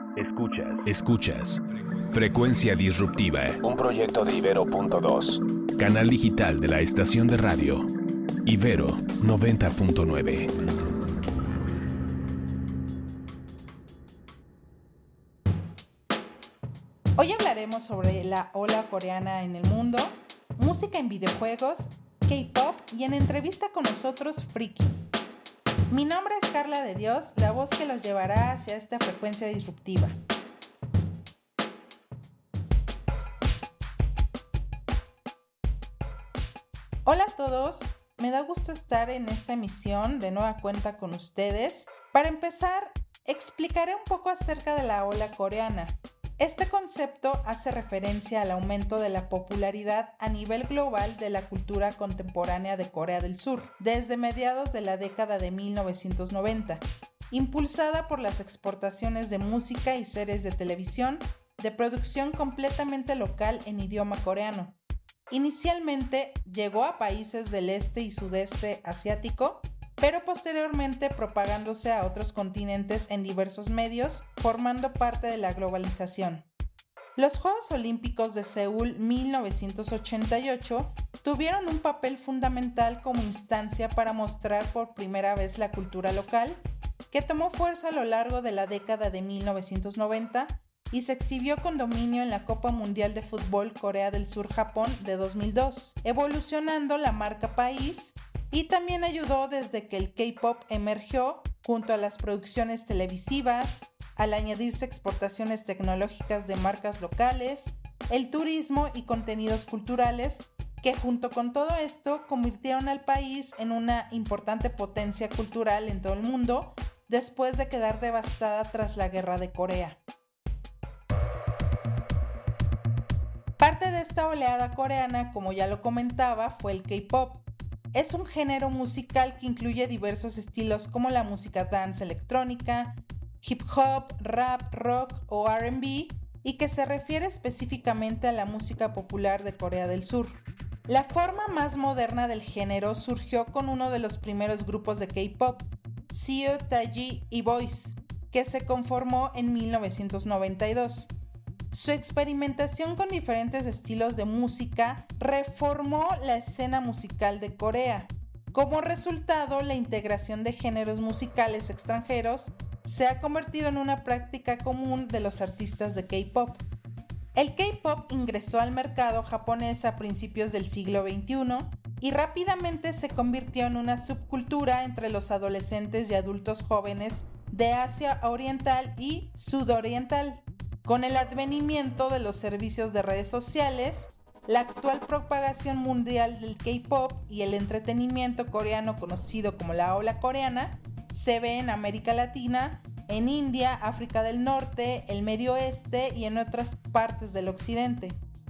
Escuchas Frecuencia Disruptiva, un proyecto de Ibero.2, canal digital de la estación de radio Ibero 90.9. Hoy hablaremos sobre la ola coreana en el mundo, música en videojuegos, K-pop y en entrevista con nosotros, Friki. Mi nombre es Carla de Dios, la voz que los llevará hacia esta frecuencia disruptiva. Hola a todos, me da gusto estar en esta emisión de nueva cuenta con ustedes. Para empezar, explicaré un poco acerca de la ola coreana. Este concepto hace referencia al aumento de la popularidad a nivel global de la cultura contemporánea de Corea del Sur, desde mediados de la década de 1990, impulsada por las exportaciones de música y series de televisión de producción completamente local en idioma coreano. Inicialmente llegó a países del este y sudeste asiático, pero posteriormente propagándose a otros continentes en diversos medios, formando parte de la globalización. Los Juegos Olímpicos de Seúl 1988 tuvieron un papel fundamental como instancia para mostrar por primera vez la cultura local, que tomó fuerza a lo largo de la década de 1990 y se exhibió con dominio en la Copa Mundial de Fútbol Corea del Sur-Japón de 2002, evolucionando la marca país. Y también ayudó desde que el K-pop emergió junto a las producciones televisivas, al añadirse exportaciones tecnológicas de marcas locales, el turismo y contenidos culturales que junto con todo esto convirtieron al país en una importante potencia cultural en todo el mundo después de quedar devastada tras la Guerra de Corea. Parte de esta oleada coreana, como ya lo comentaba, fue el K-pop. Es un género musical que incluye diversos estilos como la música dance electrónica, hip hop, rap, rock o R&B y que se refiere específicamente a la música popular de Corea del Sur. La forma más moderna del género surgió con uno de los primeros grupos de K-pop, Seo, Taiji y Boyz, que se conformó en 1992. Su experimentación con diferentes estilos de música reformó la escena musical de Corea. Como resultado, la integración de géneros musicales extranjeros se ha convertido en una práctica común de los artistas de K-pop. El K-pop ingresó al mercado japonés a principios del siglo XXI y rápidamente se convirtió en una subcultura entre los adolescentes y adultos jóvenes de Asia Oriental y Sudoriental. Con el advenimiento de los servicios de redes sociales, la actual propagación mundial del K-pop y el entretenimiento coreano conocido como la ola coreana se ve en América Latina, en India, África del Norte, el Medio Oeste y en otras partes del Occidente.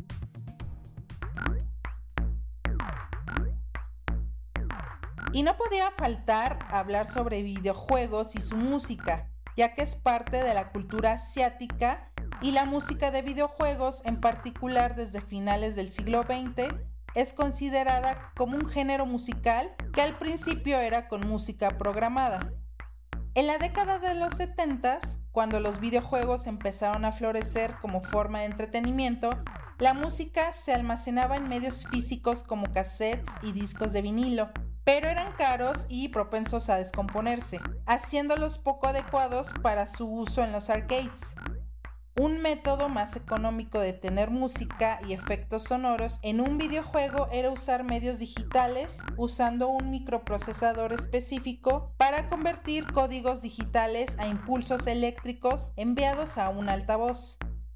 Y no podía faltar hablar sobre videojuegos y su música, ya que es parte de la cultura asiática y la música de videojuegos, en particular desde finales del siglo XX, es considerada como un género musical que al principio era con música programada. En la década de los 70s, cuando los videojuegos empezaron a florecer como forma de entretenimiento, la música se almacenaba en medios físicos como cassettes y discos de vinilo, pero eran caros y propensos a descomponerse, haciéndolos poco adecuados para su uso en los arcades. Un método más económico de tener música y efectos sonoros en un videojuego era usar medios digitales usando un microprocesador específico para convertir códigos digitales a impulsos eléctricos enviados a un altavoz.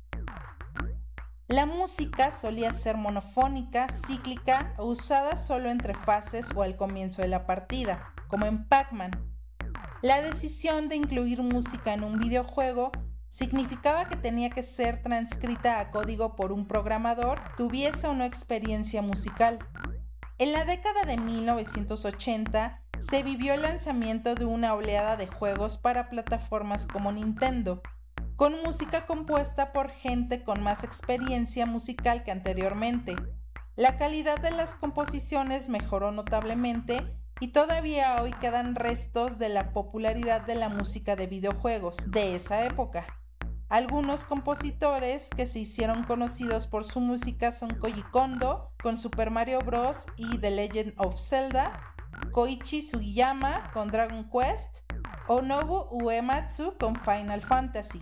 La música solía ser monofónica, cíclica o usada solo entre fases o al comienzo de la partida, como en Pac-Man. La decisión de incluir música en un videojuego significaba que tenía que ser transcrita a código por un programador, tuviese o no experiencia musical. En la década de 1980 se vivió el lanzamiento de una oleada de juegos para plataformas como Nintendo, con música compuesta por gente con más experiencia musical que anteriormente. La calidad de las composiciones mejoró notablemente y todavía hoy quedan restos de la popularidad de la música de videojuegos de esa época. Algunos compositores que se hicieron conocidos por su música son Koji Kondo con Super Mario Bros. Y The Legend of Zelda, Koichi Sugiyama con Dragon Quest o Nobuo Uematsu con Final Fantasy.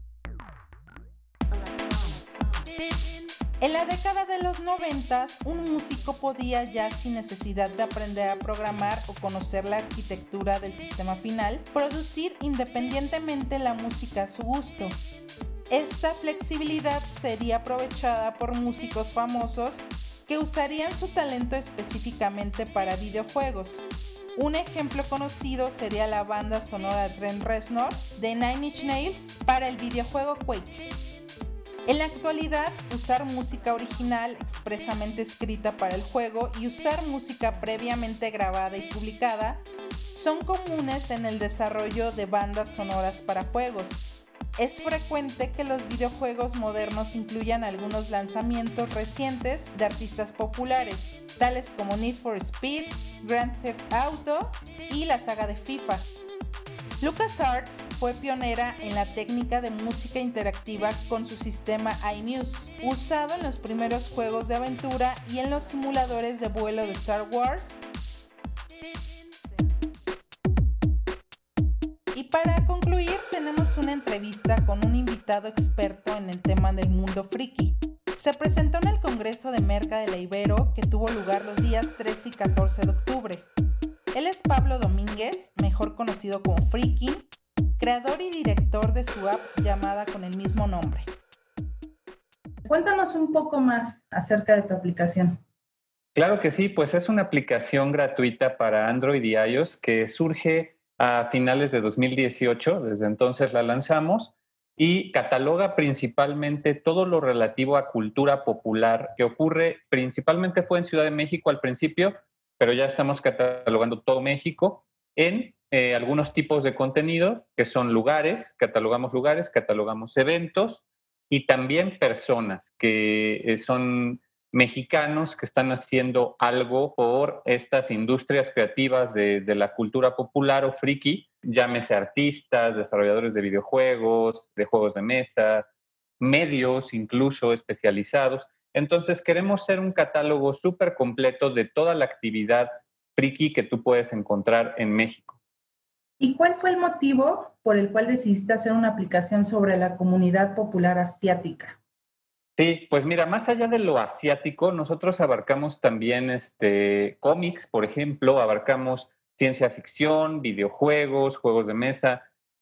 En la década de los 90, un músico podía ya sin necesidad de aprender a programar o conocer la arquitectura del sistema final, producir independientemente la música a su gusto. Esta flexibilidad sería aprovechada por músicos famosos que usarían su talento específicamente para videojuegos. Un ejemplo conocido sería la banda sonora Trent Reznor de Nine Inch Nails para el videojuego Quake. En la actualidad, usar música original expresamente escrita para el juego y usar música previamente grabada y publicada son comunes en el desarrollo de bandas sonoras para juegos. Es frecuente que los videojuegos modernos incluyan algunos lanzamientos recientes de artistas populares, tales como Need for Speed, Grand Theft Auto y la saga de FIFA. LucasArts fue pionera en la técnica de música interactiva con su sistema iMuse, usado en los primeros juegos de aventura y en los simuladores de vuelo de Star Wars. Y para concluir, tenemos una entrevista con un invitado experto en el tema del mundo friki. Se presentó en el Congreso de Merca de la Ibero, que tuvo lugar los días 13 y 14 de octubre. Él es Pablo Domínguez, mejor conocido como Freaking, creador y director de su app llamada con el mismo nombre. Cuéntanos un poco más acerca de tu aplicación. Claro que sí, pues es una aplicación gratuita para Android y iOS que surge a finales de 2018, desde entonces la lanzamos, y cataloga principalmente todo lo relativo a cultura popular que ocurre, principalmente fue en Ciudad de México al principio, pero ya estamos catalogando todo México en algunos tipos de contenido que son lugares, catalogamos eventos y también personas que son mexicanos que están haciendo algo por estas industrias creativas de la cultura popular o friki, llámese artistas, desarrolladores de videojuegos, de juegos de mesa, medios incluso especializados. Entonces queremos ser un catálogo súper completo de toda la actividad friki que tú puedes encontrar en México. ¿Y cuál fue el motivo por el cual decidiste hacer una aplicación sobre la comunidad popular asiática? Sí, pues mira, más allá de lo asiático, nosotros abarcamos también cómics, por ejemplo, abarcamos ciencia ficción, videojuegos, juegos de mesa.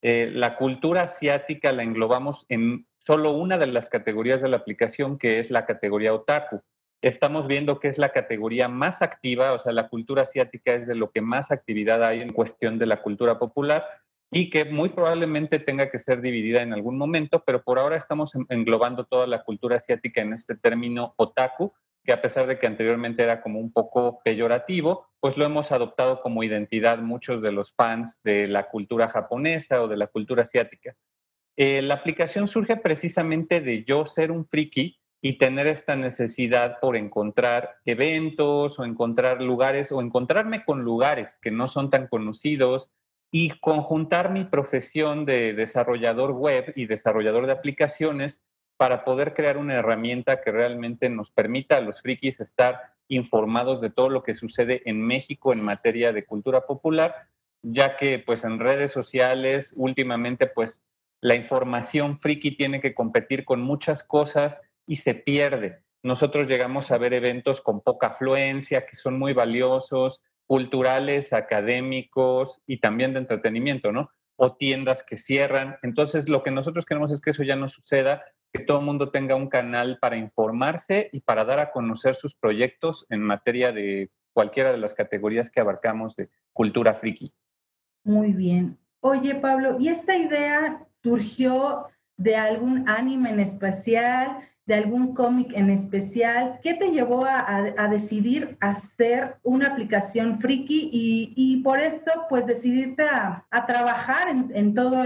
La cultura asiática la englobamos en solo una de las categorías de la aplicación, que es la categoría otaku. Estamos viendo que es la categoría más activa, o sea, la cultura asiática es de lo que más actividad hay en cuestión de la cultura popular y que muy probablemente tenga que ser dividida en algún momento, pero por ahora estamos englobando toda la cultura asiática en este término otaku, que a pesar de que anteriormente era como un poco peyorativo, pues lo hemos adoptado como identidad muchos de los fans de la cultura japonesa o de la cultura asiática. La aplicación surge precisamente de yo ser un friki y tener esta necesidad por encontrar eventos o encontrar lugares o encontrarme con lugares que no son tan conocidos y conjuntar mi profesión de desarrollador web y desarrollador de aplicaciones para poder crear una herramienta que realmente nos permita a los frikis estar informados de todo lo que sucede en México en materia de cultura popular, ya que pues en redes sociales últimamente pues la información friki tiene que competir con muchas cosas y se pierde. Nosotros llegamos a ver eventos con poca afluencia, que son muy valiosos, culturales, académicos y también de entretenimiento, ¿no? O tiendas que cierran. Entonces, lo que nosotros queremos es que eso ya no suceda, que todo el mundo tenga un canal para informarse y para dar a conocer sus proyectos en materia de cualquiera de las categorías que abarcamos de cultura friki. Muy bien. Oye, Pablo, ¿y esta idea surgió de algún anime en especial, de algún cómic en especial? ¿Qué te llevó a decidir hacer una aplicación friki y por esto, pues, decidirte a trabajar en todo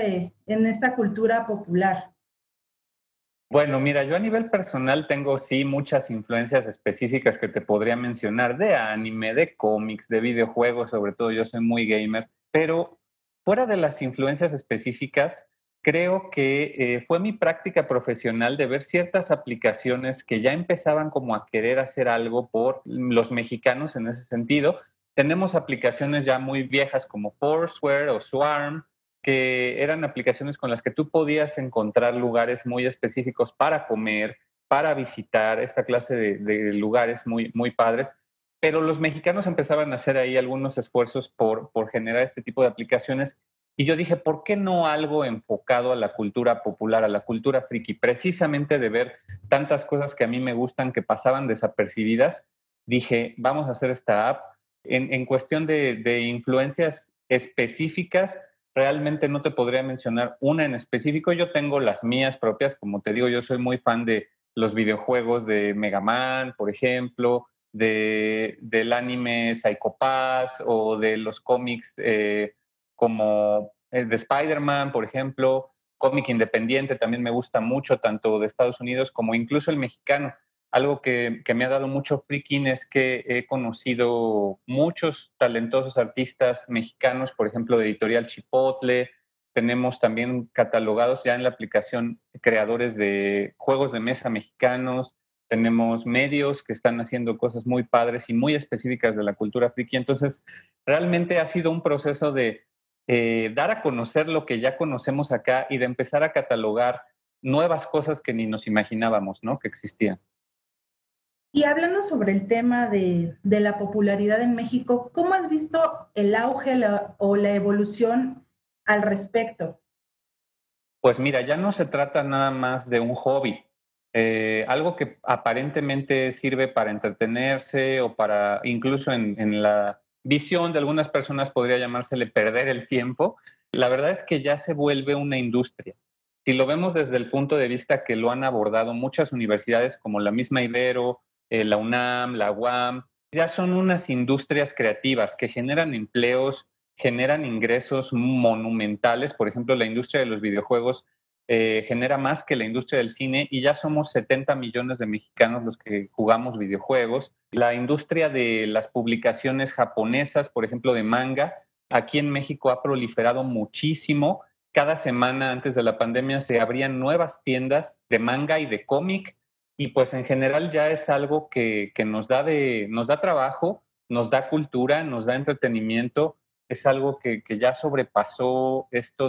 en esta cultura popular? Bueno, mira, yo a nivel personal tengo sí muchas influencias específicas que te podría mencionar de anime, de cómics, de videojuegos, sobre todo yo soy muy gamer, pero fuera de las influencias específicas, creo que fue mi práctica profesional de ver ciertas aplicaciones que ya empezaban como a querer hacer algo por los mexicanos en ese sentido. Tenemos aplicaciones ya muy viejas como Foursquare o Swarm, que eran aplicaciones con las que tú podías encontrar lugares muy específicos para comer, para visitar, esta clase de lugares muy, muy padres. Pero los mexicanos empezaban a hacer ahí algunos esfuerzos por generar este tipo de aplicaciones y yo dije, ¿por qué no algo enfocado a la cultura popular, a la cultura friki? Precisamente de ver tantas cosas que a mí me gustan que pasaban desapercibidas, dije, vamos a hacer esta app. En cuestión de influencias específicas, realmente no te podría mencionar una en específico. Yo tengo las mías propias, como te digo, yo soy muy fan de los videojuegos de Mega Man, por ejemplo, del anime Psycho Pass o de los cómics como el de Spider-Man, por ejemplo, cómic independiente también me gusta mucho, tanto de Estados Unidos como incluso el mexicano. Algo que me ha dado mucho freaking es que he conocido muchos talentosos artistas mexicanos, por ejemplo, de Editorial Chipotle. Tenemos también catalogados ya en la aplicación creadores de juegos de mesa mexicanos. Tenemos medios que están haciendo cosas muy padres y muy específicas de la cultura friki. Entonces, realmente ha sido un proceso de dar a conocer lo que ya conocemos acá y de empezar a catalogar nuevas cosas que ni nos imaginábamos, ¿no? Que existían. Y hablando sobre el tema de la popularidad en México, ¿cómo has visto el auge o la evolución al respecto? Pues mira, ya no se trata nada más de un hobby, algo que aparentemente sirve para entretenerse o para, incluso en la visión de algunas personas podría llamársele perder el tiempo. La verdad es que ya se vuelve una industria. Si lo vemos desde el punto de vista que lo han abordado muchas universidades como la misma Ibero, la UNAM, la UAM, ya son unas industrias creativas que generan empleos, generan ingresos monumentales. Por ejemplo, la industria de los videojuegos genera más que la industria del cine y ya somos 70 millones de mexicanos los que jugamos videojuegos. La industria de las publicaciones japonesas, por ejemplo, de manga, aquí en México ha proliferado muchísimo. Cada semana antes de la pandemia se abrían nuevas tiendas de manga y de cómic y pues en general ya es algo que nos da trabajo, nos da cultura, nos da entretenimiento. Es algo que ya sobrepasó esto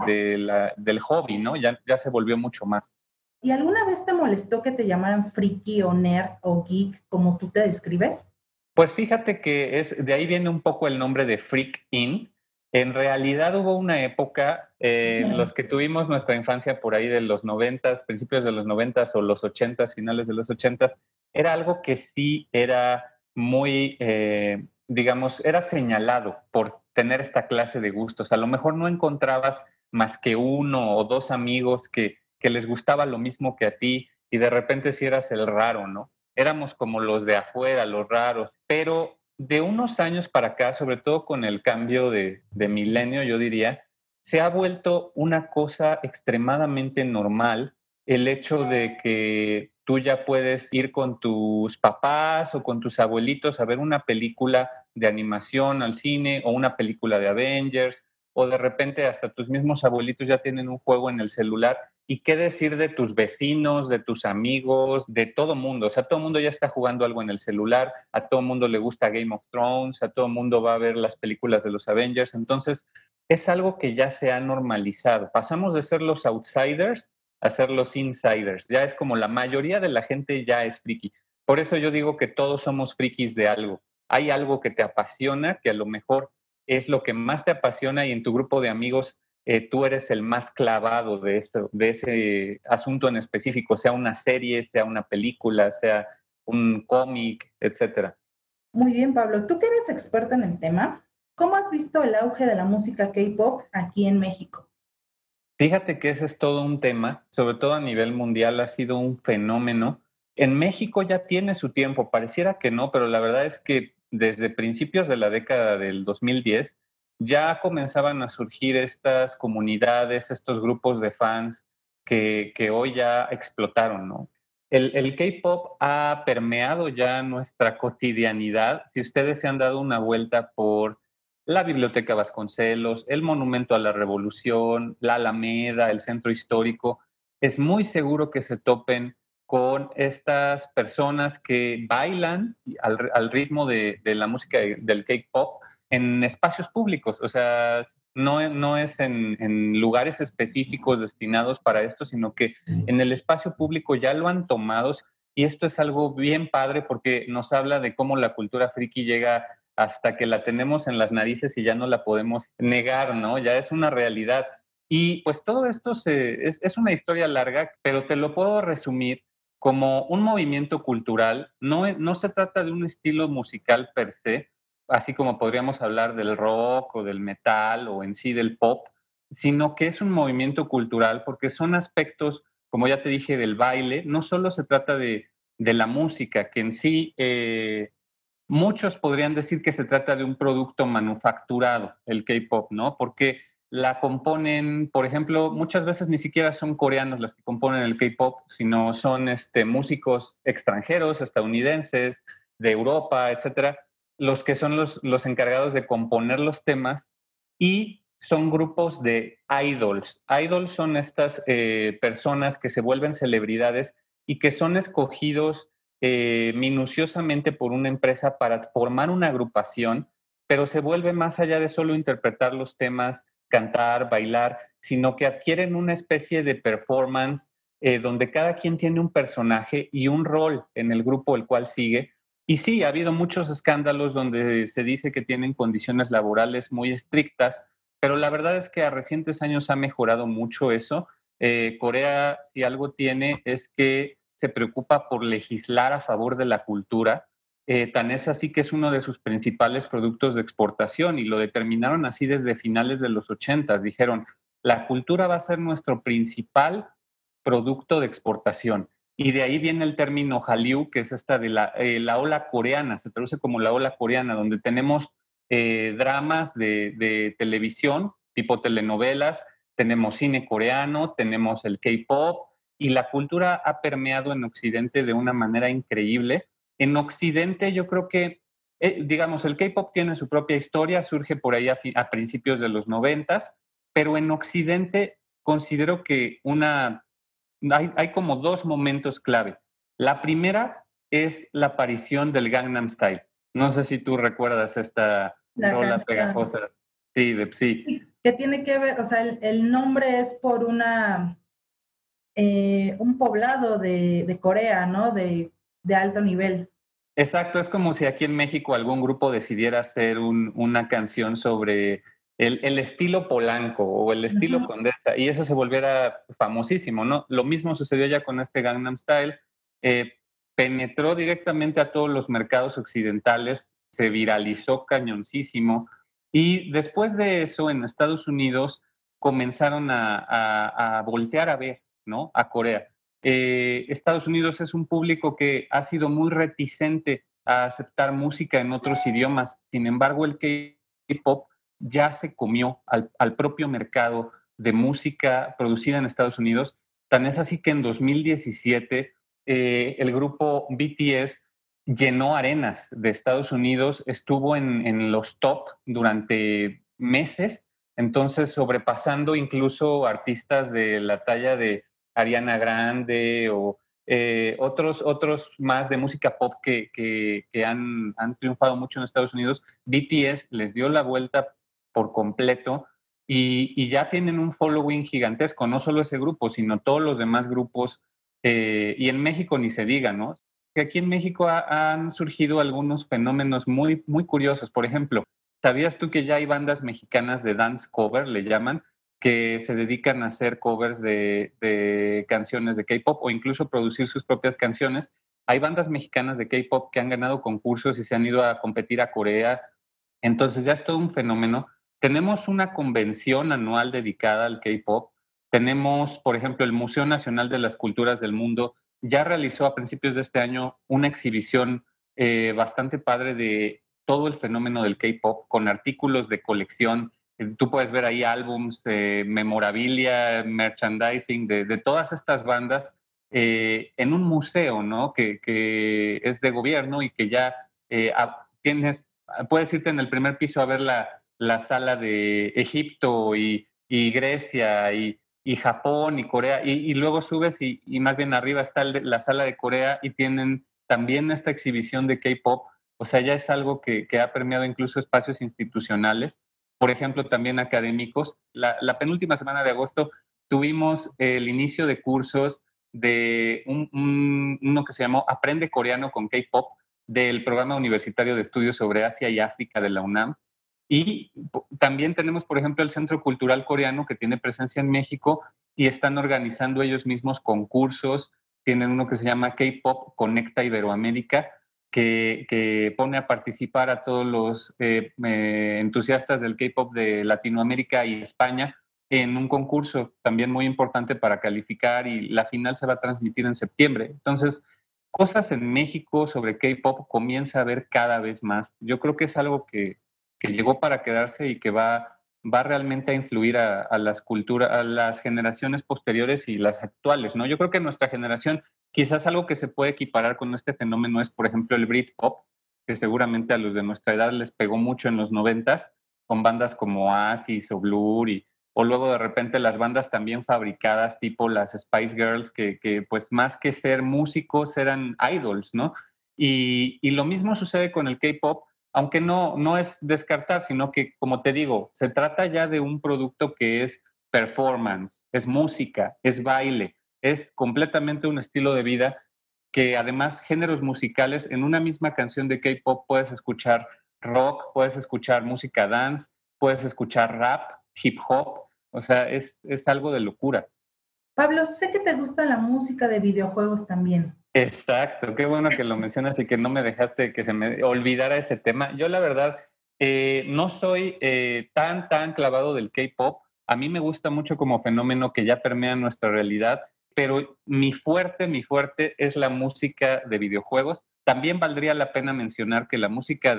del hobby, ¿no? Ya se volvió mucho más. ¿Y alguna vez te molestó que te llamaran friki o nerd o geek como tú te describes? Pues fíjate que de ahí viene un poco el nombre de Freak In. En realidad hubo una época, los que tuvimos nuestra infancia por ahí de los 90s, principios de los 90s o los 80s, finales de los 80s, era algo que sí era muy, digamos, era señalado por tener esta clase de gustos. A lo mejor no encontrabas más que uno o dos amigos que les gustaba lo mismo que a ti y de repente sí eras el raro, ¿no? Éramos como los de afuera, los raros, pero de unos años para acá, sobre todo con el cambio de milenio, yo diría, se ha vuelto una cosa extremadamente normal el hecho de que tú ya puedes ir con tus papás o con tus abuelitos a ver una película de animación al cine o una película de Avengers o de repente hasta tus mismos abuelitos ya tienen un juego en el celular. ¿Y qué decir de tus vecinos, de tus amigos, de todo mundo? O sea, todo mundo ya está jugando algo en el celular, a todo mundo le gusta Game of Thrones, a todo mundo va a ver las películas de los Avengers. Entonces, es algo que ya se ha normalizado. Pasamos de ser los outsiders a ser los insiders. Ya es como la mayoría de la gente ya es friki. Por eso yo digo que todos somos frikis de algo. Hay algo que te apasiona, que a lo mejor es lo que más te apasiona y en tu grupo de amigos tú eres el más clavado de ese asunto en específico, sea una serie, sea una película, sea un cómic, etcétera. Muy bien, Pablo. Tú que eres experto en el tema, ¿cómo has visto el auge de la música K-pop aquí en México? Fíjate que ese es todo un tema, sobre todo a nivel mundial ha sido un fenómeno. En México ya tiene su tiempo, pareciera que no, pero la verdad es que desde principios de la década del 2010 ya comenzaban a surgir estas comunidades, estos grupos de fans que hoy ya explotaron, ¿no? El K-pop ha permeado ya nuestra cotidianidad. Si ustedes se han dado una vuelta por la Biblioteca Vasconcelos, el Monumento a la Revolución, la Alameda, el Centro Histórico, es muy seguro que se topen con estas personas que bailan al ritmo de la música del K-pop en espacios públicos. O sea, no es en lugares específicos destinados para esto, sino que en el espacio público ya lo han tomado. Y esto es algo bien padre porque nos habla de cómo la cultura friki llega hasta que la tenemos en las narices y ya no la podemos negar, ¿no? Ya es una realidad. Y pues todo esto es una historia larga, pero te lo puedo resumir como un movimiento cultural. No se trata de un estilo musical per se, así como podríamos hablar del rock o del metal o en sí del pop, sino que es un movimiento cultural porque son aspectos, como ya te dije, del baile. No solo se trata de la música, que en sí muchos podrían decir que se trata de un producto manufacturado, el K-pop, ¿no? Porque la componen, por ejemplo, muchas veces ni siquiera son coreanos los que componen el K-pop, sino son músicos extranjeros, estadounidenses, de Europa, etcétera, los que son los encargados de componer los temas, y son grupos de idols. Idols son estas personas que se vuelven celebridades y que son escogidos minuciosamente por una empresa para formar una agrupación, pero se vuelve más allá de solo interpretar los temas, cantar, bailar, sino que adquieren una especie de performance donde cada quien tiene un personaje y un rol en el grupo el cual sigue. Y sí, ha habido muchos escándalos donde se dice que tienen condiciones laborales muy estrictas, pero la verdad es que a recientes años ha mejorado mucho eso. Corea, si algo tiene, es que se preocupa por legislar a favor de la cultura. Tan es así que es uno de sus principales productos de exportación, y lo determinaron así desde finales de los 80. Dijeron, la cultura va a ser nuestro principal producto de exportación. Y de ahí viene el término Hallyu, que es esta de la ola coreana, se traduce como la ola coreana, donde tenemos dramas de televisión, tipo telenovelas, tenemos cine coreano, tenemos el K-pop, y la cultura ha permeado en Occidente de una manera increíble. En Occidente yo creo que, digamos, el K-pop tiene su propia historia, surge por ahí a principios de los 90, pero en Occidente considero que hay como dos momentos clave. La primera es la aparición del Gangnam Style. No sé si tú recuerdas esta rola pegajosa. Sí, de Psy. ¿Qué tiene que ver? O sea, el nombre es por un poblado de Corea, ¿no? De alto nivel. Exacto, es como si aquí en México algún grupo decidiera hacer una canción sobre el estilo Polanco o el estilo Condesa, y eso se volviera famosísimo, ¿no? Lo mismo sucedió ya con este Gangnam Style. Penetró directamente a todos los mercados occidentales, se viralizó cañoncísimo, y después de eso en Estados Unidos comenzaron a voltear a ver, ¿no? A Corea. Estados Unidos es un público que ha sido muy reticente a aceptar música en otros idiomas. Sin embargo, el K-pop ya se comió al propio mercado de música producida en Estados Unidos. Tan es así que en 2017 el grupo BTS llenó arenas de Estados Unidos, estuvo en los top durante meses, entonces sobrepasando incluso artistas de la talla de Ariana Grande o otros más de música pop que han triunfado mucho en Estados Unidos. BTS les dio la vuelta por completo y ya tienen un following gigantesco, no solo ese grupo, sino todos los demás grupos, y en México ni se diga, ¿no? Que aquí en México han surgido algunos fenómenos muy, muy curiosos. Por ejemplo, ¿sabías tú que ya hay bandas mexicanas de dance cover, le llaman, que se dedican a hacer covers de canciones de K-pop o incluso producir sus propias canciones? Hay bandas mexicanas de K-pop que han ganado concursos y se han ido a competir a Corea. Entonces ya es todo un fenómeno. Tenemos una convención anual dedicada al K-pop. Tenemos, por ejemplo, el Museo Nacional de las Culturas del Mundo ya realizó a principios de este año una exhibición bastante padre de todo el fenómeno del K-pop con artículos de colección. Tú puedes ver ahí álbums, memorabilia, merchandising de todas estas bandas en un museo, ¿no? Que es de gobierno y que ya puedes irte en el primer piso a ver la sala de Egipto y Grecia y Japón y Corea, y luego subes y más bien arriba está la sala de Corea y tienen también esta exhibición de K-pop. O sea, ya es algo que ha permeado incluso espacios institucionales, por ejemplo, también académicos. La penúltima semana de agosto tuvimos el inicio de cursos de uno que se llamó Aprende Coreano con K-pop, del Programa Universitario de Estudios sobre Asia y África de la UNAM. Y también tenemos, por ejemplo, el Centro Cultural Coreano, que tiene presencia en México y están organizando ellos mismos concursos. Tienen uno que se llama K-Pop Conecta Iberoamérica, que pone a participar a todos los entusiastas del K-Pop de Latinoamérica y España en un concurso también muy importante para calificar, y la final se va a transmitir en septiembre. Entonces, cosas en México sobre K-Pop comienza a ver cada vez más. Yo creo que es algo que llegó para quedarse y que va realmente a influir a las culturas, a las generaciones posteriores y las actuales, ¿no? Yo creo que nuestra generación, quizás algo que se puede equiparar con este fenómeno es, por ejemplo, el Britpop, que seguramente a los de nuestra edad les pegó mucho en los 90s, con bandas como Oasis o Blur, o luego de repente las bandas también fabricadas, tipo las Spice Girls, que pues más que ser músicos eran idols, ¿no? Y lo mismo sucede con el K-pop, aunque no es descartar, sino que, como te digo, se trata ya de un producto que es performance, es música, es baile, es completamente un estilo de vida, que además géneros musicales, en una misma canción de K-pop puedes escuchar rock, puedes escuchar música dance, puedes escuchar rap, hip hop. O sea, es algo de locura. Pablo, sé que te gusta la música de videojuegos también. Exacto, qué bueno que lo mencionas y que no me dejaste que se me olvidara ese tema. Yo la verdad no soy tan clavado del K-pop. A mí me gusta mucho como fenómeno que ya permea nuestra realidad, pero mi fuerte es la música de videojuegos. También valdría la pena mencionar que la música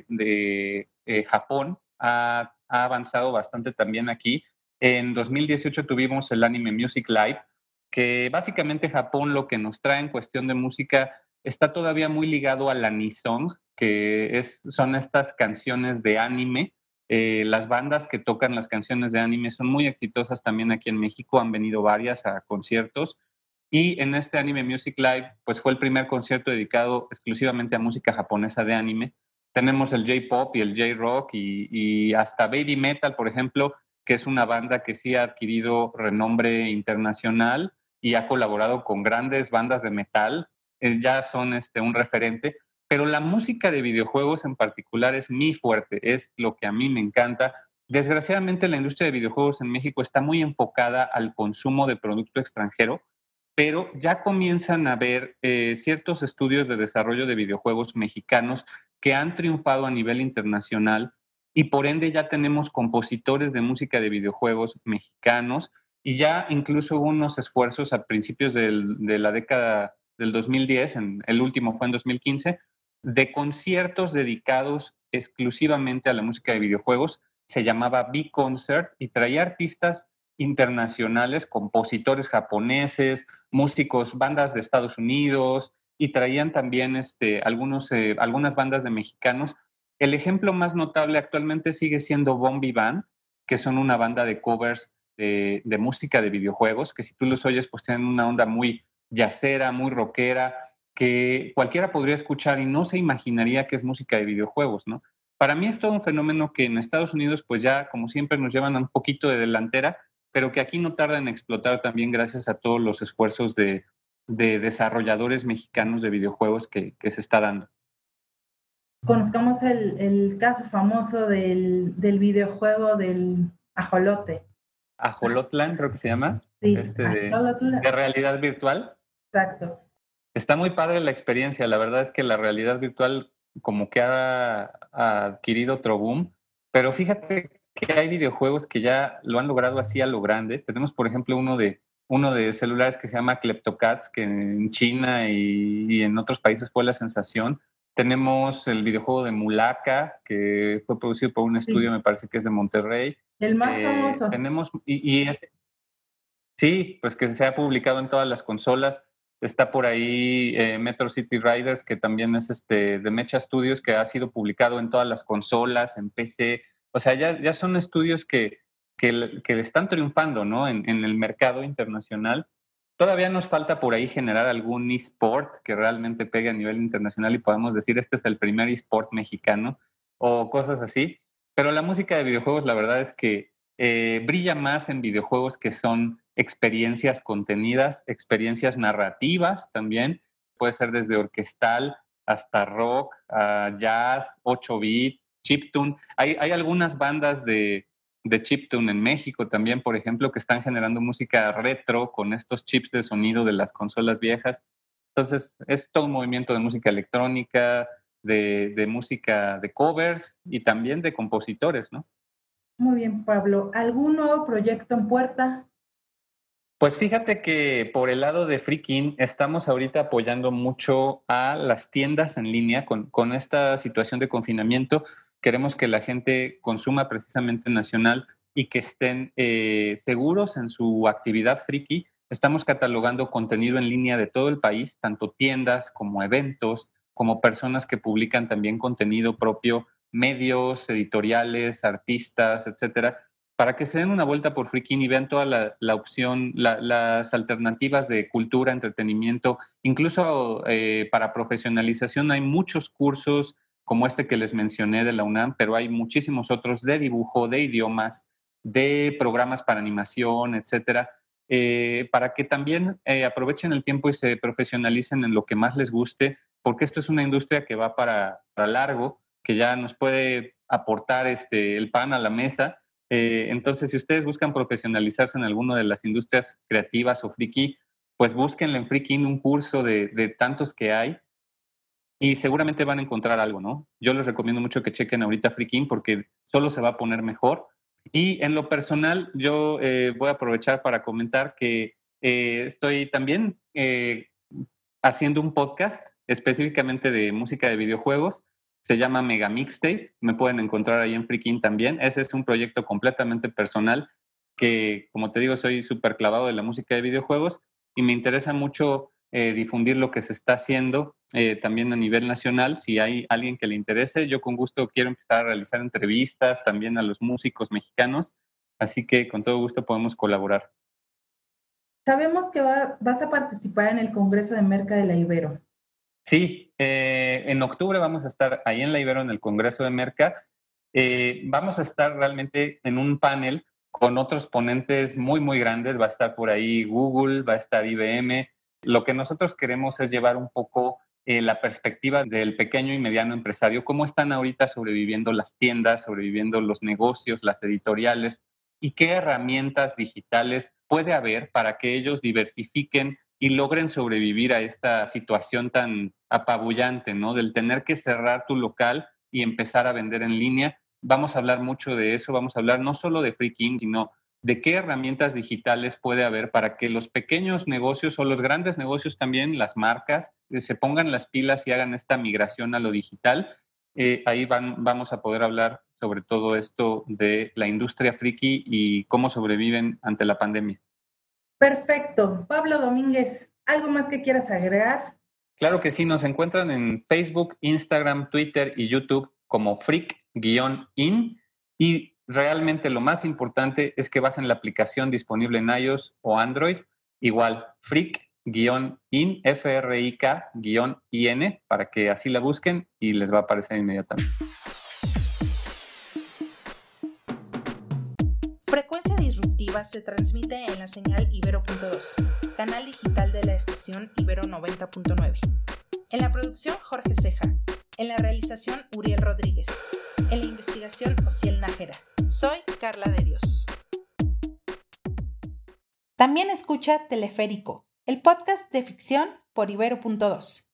de Japón ha avanzado bastante también aquí. En 2018 tuvimos el Anime Music Live, que básicamente Japón lo que nos trae en cuestión de música está todavía muy ligado al anisong, que son estas canciones de anime. Las bandas que tocan las canciones de anime son muy exitosas también aquí en México, han venido varias a conciertos, y en este Anime Music Live pues fue el primer concierto dedicado exclusivamente a música japonesa de anime. Tenemos el J-pop y el J-rock y hasta Baby Metal, por ejemplo, que es una banda que sí ha adquirido renombre internacional y ha colaborado con grandes bandas de metal. Ya son un referente, pero la música de videojuegos en particular es mi fuerte, es lo que a mí me encanta. Desgraciadamente la industria de videojuegos en México está muy enfocada al consumo de producto extranjero, pero ya comienzan a haber ciertos estudios de desarrollo de videojuegos mexicanos que han triunfado a nivel internacional, y por ende ya tenemos compositores de música de videojuegos mexicanos, y ya incluso hubo unos esfuerzos a principios de la década del 2010, el último fue en 2015, de conciertos dedicados exclusivamente a la música de videojuegos. Se llamaba B-Concert y traía artistas internacionales, compositores japoneses, músicos, bandas de Estados Unidos, y traían también algunas bandas de mexicanos. El ejemplo más notable actualmente sigue siendo Bombi Band, que son una banda de covers de música de videojuegos, que si tú los oyes pues tienen una onda muy jazzera, muy rockera, que cualquiera podría escuchar y no se imaginaría que es música de videojuegos, ¿no? Para mí es todo un fenómeno que en Estados Unidos pues ya como siempre nos llevan a un poquito de delantera, pero que aquí no tarda en explotar también gracias a todos los esfuerzos de desarrolladores mexicanos de videojuegos que se está dando. Conozcamos el caso famoso del videojuego del ajolote. Ajolotl, creo que se llama. Sí, de realidad virtual. Exacto. Está muy padre la experiencia. La verdad es que la realidad virtual como que ha adquirido otro boom. Pero fíjate que hay videojuegos que ya lo han logrado así a lo grande. Tenemos, por ejemplo, uno de celulares que se llama Kleptocats, que en China y en otros países fue la sensación. Tenemos el videojuego de Mulaka, que fue producido por un estudio, me parece que es de Monterrey. El más famoso. Tenemos, sí, pues que se ha publicado en todas las consolas. Está por ahí Metro City Riders, que también es de Mecha Studios, que ha sido publicado en todas las consolas, en PC. O sea, ya son estudios que están triunfando, ¿no? En el mercado internacional. Todavía nos falta por ahí generar algún eSport que realmente pegue a nivel internacional y podamos decir, este es el primer eSport mexicano o cosas así. Pero la música de videojuegos, la verdad es que brilla más en videojuegos que son experiencias contenidas, experiencias narrativas también. Puede ser desde orquestal hasta rock, jazz, 8 bits, chiptune. Hay algunas bandas de chiptune en México también, por ejemplo, que están generando música retro con estos chips de sonido de las consolas viejas. Entonces, es todo un movimiento de música electrónica, de música de covers y también de compositores, ¿no? Muy bien, Pablo. ¿Algún nuevo proyecto en puerta? Pues fíjate que por el lado de Freakin estamos ahorita apoyando mucho a las tiendas en línea con esta situación de confinamiento. Queremos que la gente consuma precisamente nacional y que estén seguros en su actividad friki. Estamos catalogando contenido en línea de todo el país, tanto tiendas como eventos, como personas que publican también contenido propio, medios, editoriales, artistas, etcétera, para que se den una vuelta por Freakin y vean toda la opción, las alternativas de cultura, entretenimiento, incluso para profesionalización hay muchos cursos como este que les mencioné de la UNAM, pero hay muchísimos otros de dibujo, de idiomas, de programas para animación, etcétera, para que también aprovechen el tiempo y se profesionalicen en lo que más les guste, porque esto es una industria que va para largo, que ya nos puede aportar el pan a la mesa. Entonces, si ustedes buscan profesionalizarse en alguna de las industrias creativas o friki, pues búsquenle en Freakin un curso de tantos que hay y seguramente van a encontrar algo, ¿no? Yo les recomiendo mucho que chequen ahorita Freakin porque solo se va a poner mejor. Y en lo personal, yo voy a aprovechar para comentar que estoy también haciendo un podcast específicamente de música de videojuegos. Se llama Mega Mixtape, me pueden encontrar ahí en Freakin también. Ese es un proyecto completamente personal que, como te digo, soy súper clavado de la música de videojuegos y me interesa mucho difundir lo que se está haciendo también a nivel nacional. Si hay alguien que le interese, yo con gusto quiero empezar a realizar entrevistas también a los músicos mexicanos, así que con todo gusto podemos colaborar. Sabemos que vas a participar en el Congreso de Merca de la Ibero. Sí, en octubre vamos a estar ahí en la Ibero en el Congreso de Merca. Vamos a estar realmente en un panel con otros ponentes muy, muy grandes. Va a estar por ahí Google, va a estar IBM. Lo que nosotros queremos es llevar un poco la perspectiva del pequeño y mediano empresario, cómo están ahorita sobreviviendo las tiendas, sobreviviendo los negocios, las editoriales, y qué herramientas digitales puede haber para que ellos diversifiquen y logren sobrevivir a esta situación tan apabullante, ¿no? Del tener que cerrar tu local y empezar a vender en línea. Vamos a hablar mucho de eso, vamos a hablar no solo de Freakin, sino de qué herramientas digitales puede haber para que los pequeños negocios o los grandes negocios también, las marcas, se pongan las pilas y hagan esta migración a lo digital. Ahí vamos a poder hablar sobre todo esto de la industria friki y cómo sobreviven ante la pandemia. Perfecto. Pablo Domínguez, ¿algo más que quieras agregar? Claro que sí, nos encuentran en Facebook, Instagram, Twitter y YouTube como freak-in y realmente lo más importante es que bajen la aplicación disponible en iOS o Android, igual freak-in, Frik-in, para que así la busquen y les va a aparecer inmediatamente. Frecuencia Disruptiva se transmite en la señal Ibero.2, canal digital de la estación Ibero 90.9. En la producción Jorge Ceja, en la realización Uriel Rodríguez, en la investigación Osiel Nájera. Soy Carla de Dios. También escucha Teleférico, el podcast de ficción por Ibero.2.